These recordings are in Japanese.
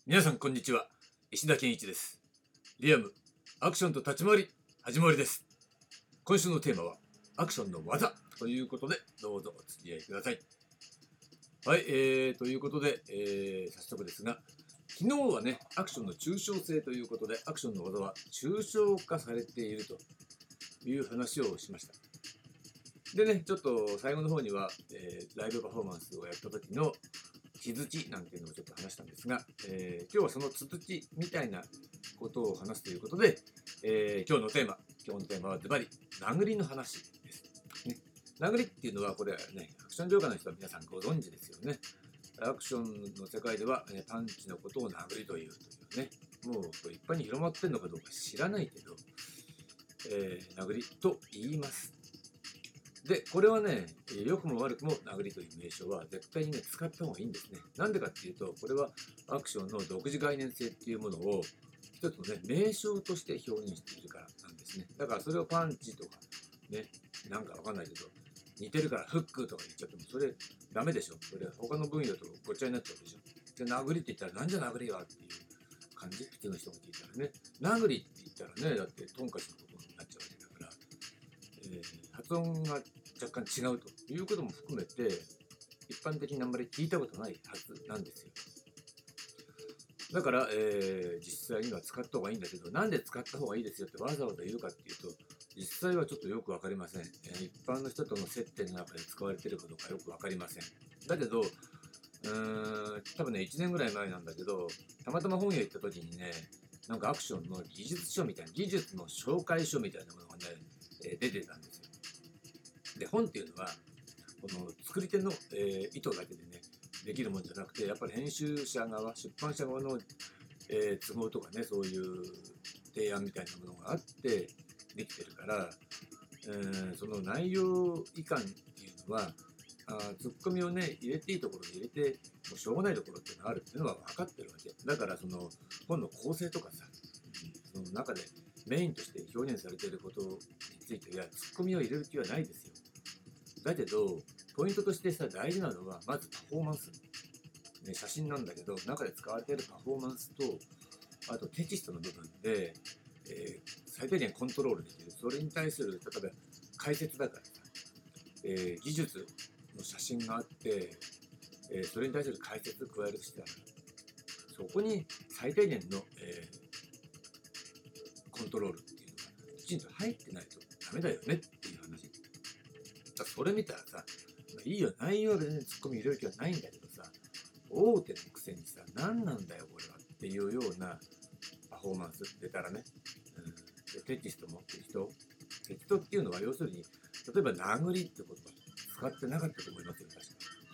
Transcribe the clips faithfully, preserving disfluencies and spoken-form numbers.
皆さんこんにちは。石田健一です。リアムアクションと立ち回り始まりです。今週のテーマはアクションの技ということで、どうぞお付き合いください。はい、えー、ということで、えー、早速ですが、昨日はね、アクションの抽象性ということで、アクションの技は抽象化されているという話をしました。でね、ちょっと最後の方には、えー、ライブパフォーマンスをやった時の気づきなんていうのをちょっと話したんですが、えー、今日はその続きみたいなことを話すということで、えー、今日のテーマ、今日のテーマはズバリ殴りの話です、ね。殴りっていうのはこれね、アクション業界の人は皆さんご存知ですよね。アクションの世界では、ね、パンチのことを殴りというというね、もうこれ一般に広まってるのかどうか知らないけど、えー、殴りと言います。で、これはね、良くも悪くも殴りという名称は絶対にね、使った方がいいんですね。なんでかっていうと、これはアクションの独自概念性っていうものを一つのね、名称として表現しているからなんですね。だからそれをパンチとか、ね、なんかわかんないけど、似てるからフックとか言っちゃっても、それダメでしょ。それ他の分野とごっちゃになっちゃうでしょ。で、殴りって言ったら、なんじゃ殴りはっていう感じ、普通の人が聞いたらね。殴りって言ったらね、だってトンカチのことになっちゃうわけだから、えー、発音が若干違うということも含めて一般的にあんまり聞いたことないはずなんですよ。だから、えー、実際には使った方がいいんだけど、なんで使った方がいいですよってわざわざ言うかっていうと、実際はちょっとよく分かりません。えー、一般の人との接点の中で使われているかどうかよく分かりません。だけど、うーん多分ねいちねんぐらい前なんだけど、たまたま本屋行った時にね、なんかアクションの技術書みたいな、技術の紹介書みたいなものがね、えー、出てたんですよ。で、本っていうのはこの作り手の、えー、意図だけでねできるもんじゃなくて、やっぱり編集者側、出版社側の、えー、都合とかね、そういう提案みたいなものがあってできてるから、えー、その内容いかんっていうのは、あツッコミをね入れていいところで入れてもうしょうがないところっていうのがあるっていうのは分かってるわけだから、その本の構成とかさ、その中でメインとして表現されていることについてはツッコミを入れる気はないですよ。だけどポイントとしてさ、大事なのはまずパフォーマンス、ね、写真なんだけど中で使われているパフォーマンスと、あとテキストの部分で、えー、最低限コントロールできる。それに対する例えば解説だからさ、えー、技術の写真があって、えー、それに対する解説加えるとしたら、そこに最低限の、えー、コントロールっていうのがきちんと入ってないとダメだよねっていう話。だそれ見たらさ、いいよ、内容でね、ツッコミ入れる気はないんだけどさ、大手のくせにさ、何なんだよこれはっていうようなパフォーマンス出たらね、うん、でテキスト持ってる人、テキストっていうのは要するに、例えば殴りって言葉使ってなかったと思いますよ、確か。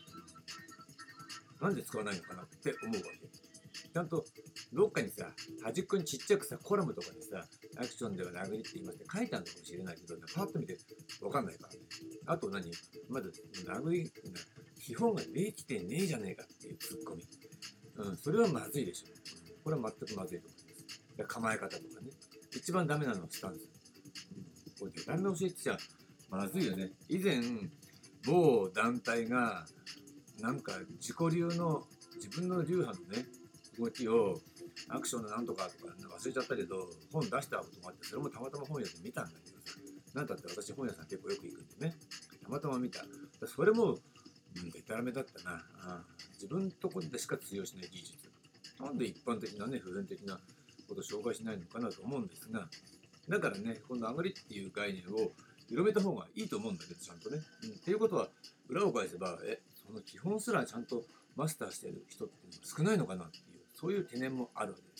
なんで使わないのかなって思うわけ。ちゃんとどっかにさ、端っこにちっちゃくさ、コラムとかでさ、アクションでは殴りって言いますって書いたのかもしれないけど、パッと見て分かんないからね。あと何、まず殴り、基本ができてねえじゃねえかっていうツッコミ。うん、それはまずいでしょ。うん、これは全くまずいと思います。で構え方とかね。一番ダメなのはスタンス。うん、これで誰の教えてちゃまずいよね。以前、某団体が、なんか自己流の、自分の流派のね、動きをアクションのなんとかとか忘れちゃったけど、本出したことがあって、それもたまたま本屋で見たんだけどさ、なんだって私本屋さん結構よく行くんでね、たまたま見た。それも、うん、でたらめだったな。あ自分のところでしか通用しない技術。なんで一般的なね、普遍的なことを紹介しないのかなと思うんですが、だからね、このアグリっていう概念を広めた方がいいと思うんだけど、ちゃんとね。うん、っていうことは、裏を返せば、え、その基本すらちゃんとマスターしている人っていうのは少ないのかなっていう、そういう懸念もあるわけです。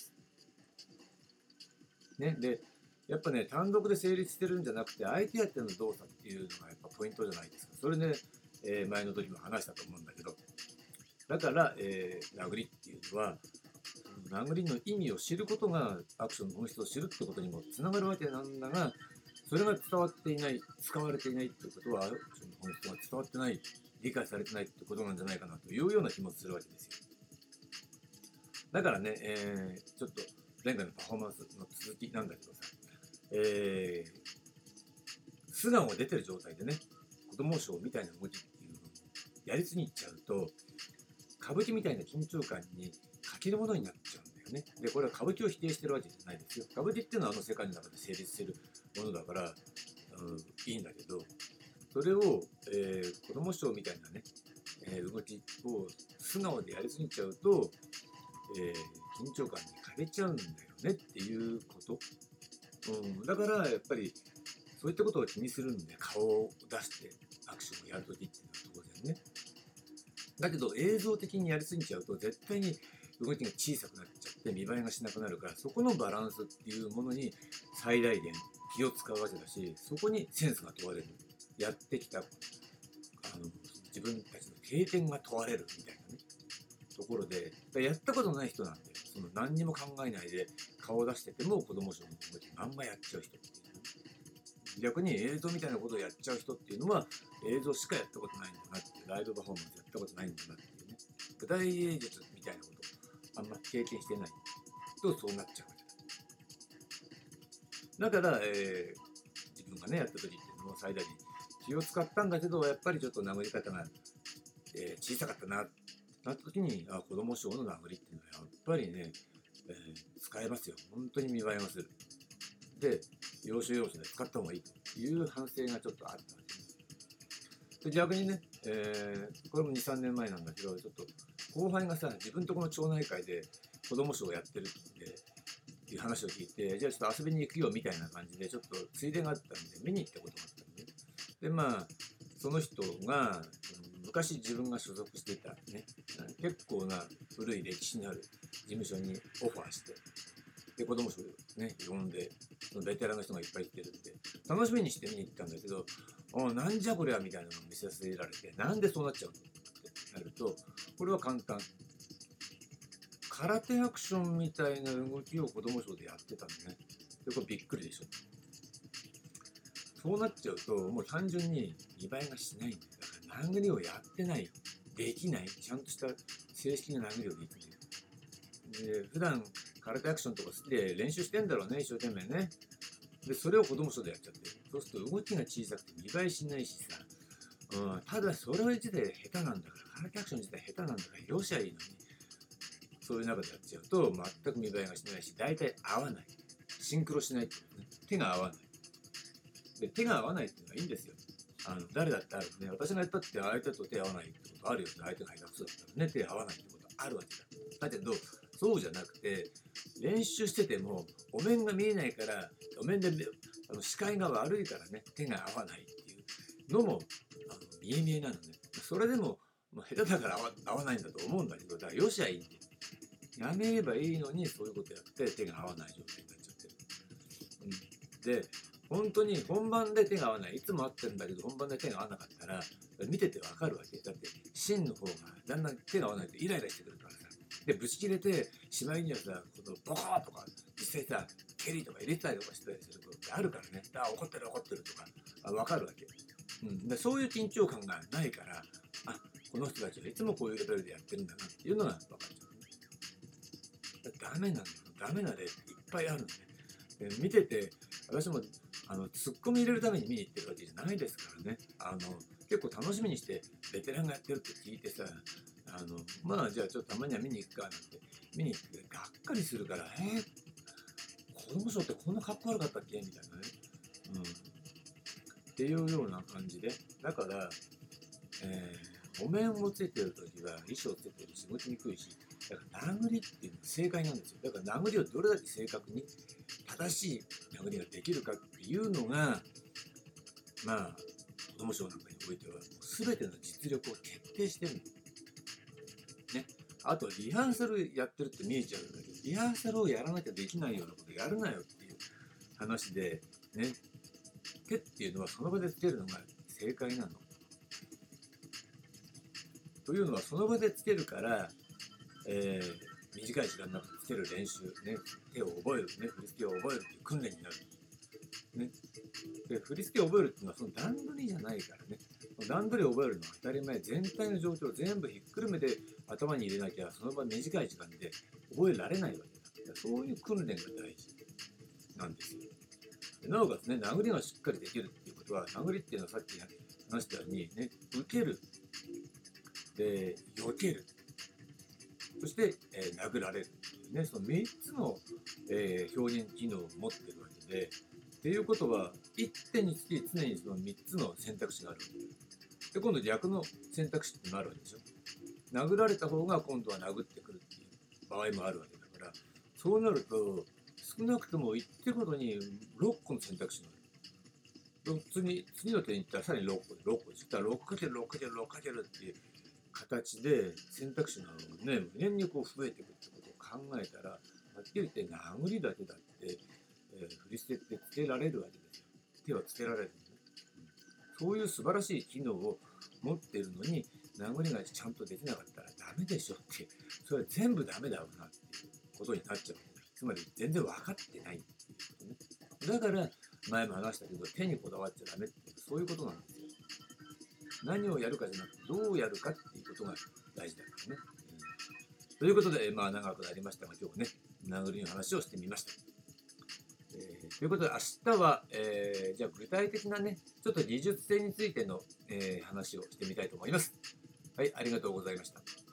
ね、で、やっぱね、単独で成立してるんじゃなくて、相手やっての動作っていうのがやっぱポイントじゃないですか。それで、ね、えー、前の時も話したと思うんだけど、だから、えー、殴りっていうのは、殴りの意味を知ることがアクションの本質を知るってことにもつながるわけなんだが、それが伝わっていない、使われていないってことは、アクションの本質が伝わってない、理解されてないってことなんじゃないかなというような気もするわけですよ。だからね、えー、ちょっと前回のパフォーマンスの続きなんだけどさ、えー、素顔が出てる状態でね、子供ショーみたいな動きっていうのをやりすぎちゃうと、歌舞伎みたいな緊張感に欠けるものになっちゃうよね。で、これは歌舞伎を否定してるわけじゃないですよ。歌舞伎っていうのはあの世界の中で成立してるものだから、うん、いいんだけど、それを、えー、子供ショーみたいなね、えー、動きを素直でやりすぎちゃうと、えー、緊張感に欠けちゃうんだよねっていうこと。うん、だからやっぱりそういったことを気にするんで、顔を出してアクションをやるときっていうのは当然ね。だけど映像的にやりすぎちゃうと絶対に動きが小さくなっちゃって見栄えがしなくなるから、そこのバランスっていうものに最大限気を使うわけだし、そこにセンスが問われる。やってきたあの自分たちの経験が問われるみたいなねところで、やったことない人なんで、その何にも考えないで顔を出してても子供ショーの動きまんまやっちゃう人っていう、逆に映像みたいなことをやっちゃう人っていうのは映像しかやったことないんだなっていう、ライブパフォーマンスやったことないんだなっていうね、舞台芸術みたいなことをあんま経験してないとそうなっちゃうわけだ。だから、えー、自分がねやった時っていうのも最大に気を使ったんだけど、やっぱりちょっと殴り方が、えー、小さかったなってなった時に、あ、子供ショーの殴りっていうのはやっぱりね、えー、使えますよ。本当に見栄えがする。で、要所要所で使った方がいいという反省がちょっとあったわけです。で、逆にね、えー、これもに、さんねんまえなんだけど、ちょっと後輩がさ、自分とこの町内会で子供ショーをやってるっていう話を聞いて、じゃあちょっと遊びに行くよみたいな感じで、ちょっとついでがあったんで、見に行ったことがあったんで、ね、で、まあ、その人が、昔自分が所属していたね、結構な古い歴史のある事務所にオファーして、で、子供賞ね、呼んで、そのベテランの人がいっぱい来てるんで、楽しみにして見に行ったんだけど、あ、なんじゃこりゃみたいなのを見せせられて、なんでそうなっちゃうのってなると、これは簡単。空手アクションみたいな動きを子供賞でやってたんでね。で、これびっくりでしょ。そうなっちゃうと、もう単純に見栄えがしないんだよ。だから殴りをやってない、できない、ちゃんとした正式な殴りをできない。で、普段空手アクションとか好きで練習してんだろうね、一生懸命ね。で、それを子供賞でやっちゃってる。そうすると動きが小さくて見栄えしないしさ、うん、ただそれ自体下手なんだから、空手アクション自体下手なんだから、よしゃいいのに、そういう中でやっちゃうと、全く見栄えがしないし、大体合わない。シンクロしないっていうね、手が合わない。で、手が合わないっていうのはいいんですよ。あの誰だってあるね。私がやったって相手と手合わないってことあるよね。相手が下手くそだったらね、手合わないってことあるわけだ。だけど、そうじゃなくて、練習してても、お面が見えないから、お面であの視界が悪いからね、手が合わないっていうのも、あの見え見えなのね。それでも、まあ、下手だから合わ合わないんだと思うんだけど、だからよしゃいいんで。やめればいいのに、そういうことやって手が合わない状態になっちゃってる。うん、で、本当に本番で手が合わない、いつも合ってるんだけど本番で手が合わなかったら見ててわかるわけだって、芯の方がだんだん手が合わないとイライラしてくるからさ、でぶち切れてしまいにはさ、このボコーとか実際さ蹴りとか入れたりとかしたりすることってあるからね、あ、怒ってる怒ってるとかあ分かるわけ、うん、でそういう緊張感がないから、あ、この人たちはいつもこういうレベルでやってるんだなっていうのが分かっちゃう、ね、ダメなんだよ、ダメな例っていっぱいあるんで、で見てて私もあのツッコミ入れるために見に行ってるわけじゃないですからね。あの結構楽しみにしてベテランがやってるって聞いてさ、あのまあじゃあちょっとたまには見に行くかなんて見に行ってがっかりするから、えー、子供賞ってこんなかっこ悪かったっけみたいなね、うん、っていうような感じで、だから、えー、お面をついてる時は衣装ついてるし動きにくいし、だから殴りっていうのは正解なんですよ。だから殴りをどれだけ正確に正しい殴りができるかっていうのが、まあ子供賞なんかにおいては全ての実力を徹底してるのね。あとリハーサルやってるって見えちゃうんだけど、リハーサルをやらなきゃできないようなことやるなよっていう話でね、手っていうのはその場でつけるのが正解なの。というのはその場でつけるから、えー、短い時間の中でつける練習、ね、手を覚える、ね、振り付けを覚えるっていう訓練になる。ね、で振り付けを覚えるっていうのはその段取りじゃないからね。段取りを覚えるのは当たり前、全体の状況を全部ひっくるめて頭に入れなきゃその場短い時間で覚えられないわけだ。そういう訓練が大事なんですよ。でなおかつね、殴りがしっかりできるっていうことは、殴りっていうのはさっき話したようにね、受ける、で、避ける、 そして、えー殴られるっていうね、そのみっつの、えー表現機能を持ってるわけで、っていうことは、一手につき常にそのみっつの選択肢があるわけで、で今度逆の選択肢ってもあるわけでしょ。殴られた方が今度は殴ってくるっていう場合もあるわけだから、そうなると、少なくとも一手ごとにろっこの選択肢がある。次次の手に行ったらさらにろっこでろっこで、そしたら ろくかけるろくかけるろくかける っていう形で選択肢がね、無限にこう増えていくってことを考えたら、はっきり言って殴りだけだって、えー、振り捨てってつけられるわけですよ。手はつけられるんですね。そういう素晴らしい機能を持っているのに、殴りがちゃんとできなかったらダメでしょって、それは全部ダメだろうなっていうことになっちゃう。つまり全然分かってないっていうことね。だから前も話したけど、手にこだわっちゃダメってそういうことなんですよ。何をやるかじゃなくて、どうやるかっていうことが大事だからね。うん、ということで、まあ長くなりましたが、今日はね、殴りの話をしてみました。えー、ということで、明日は、えー、じゃあ具体的なね、ちょっと技術性についての、えー、話をしてみたいと思います。はい、ありがとうございました。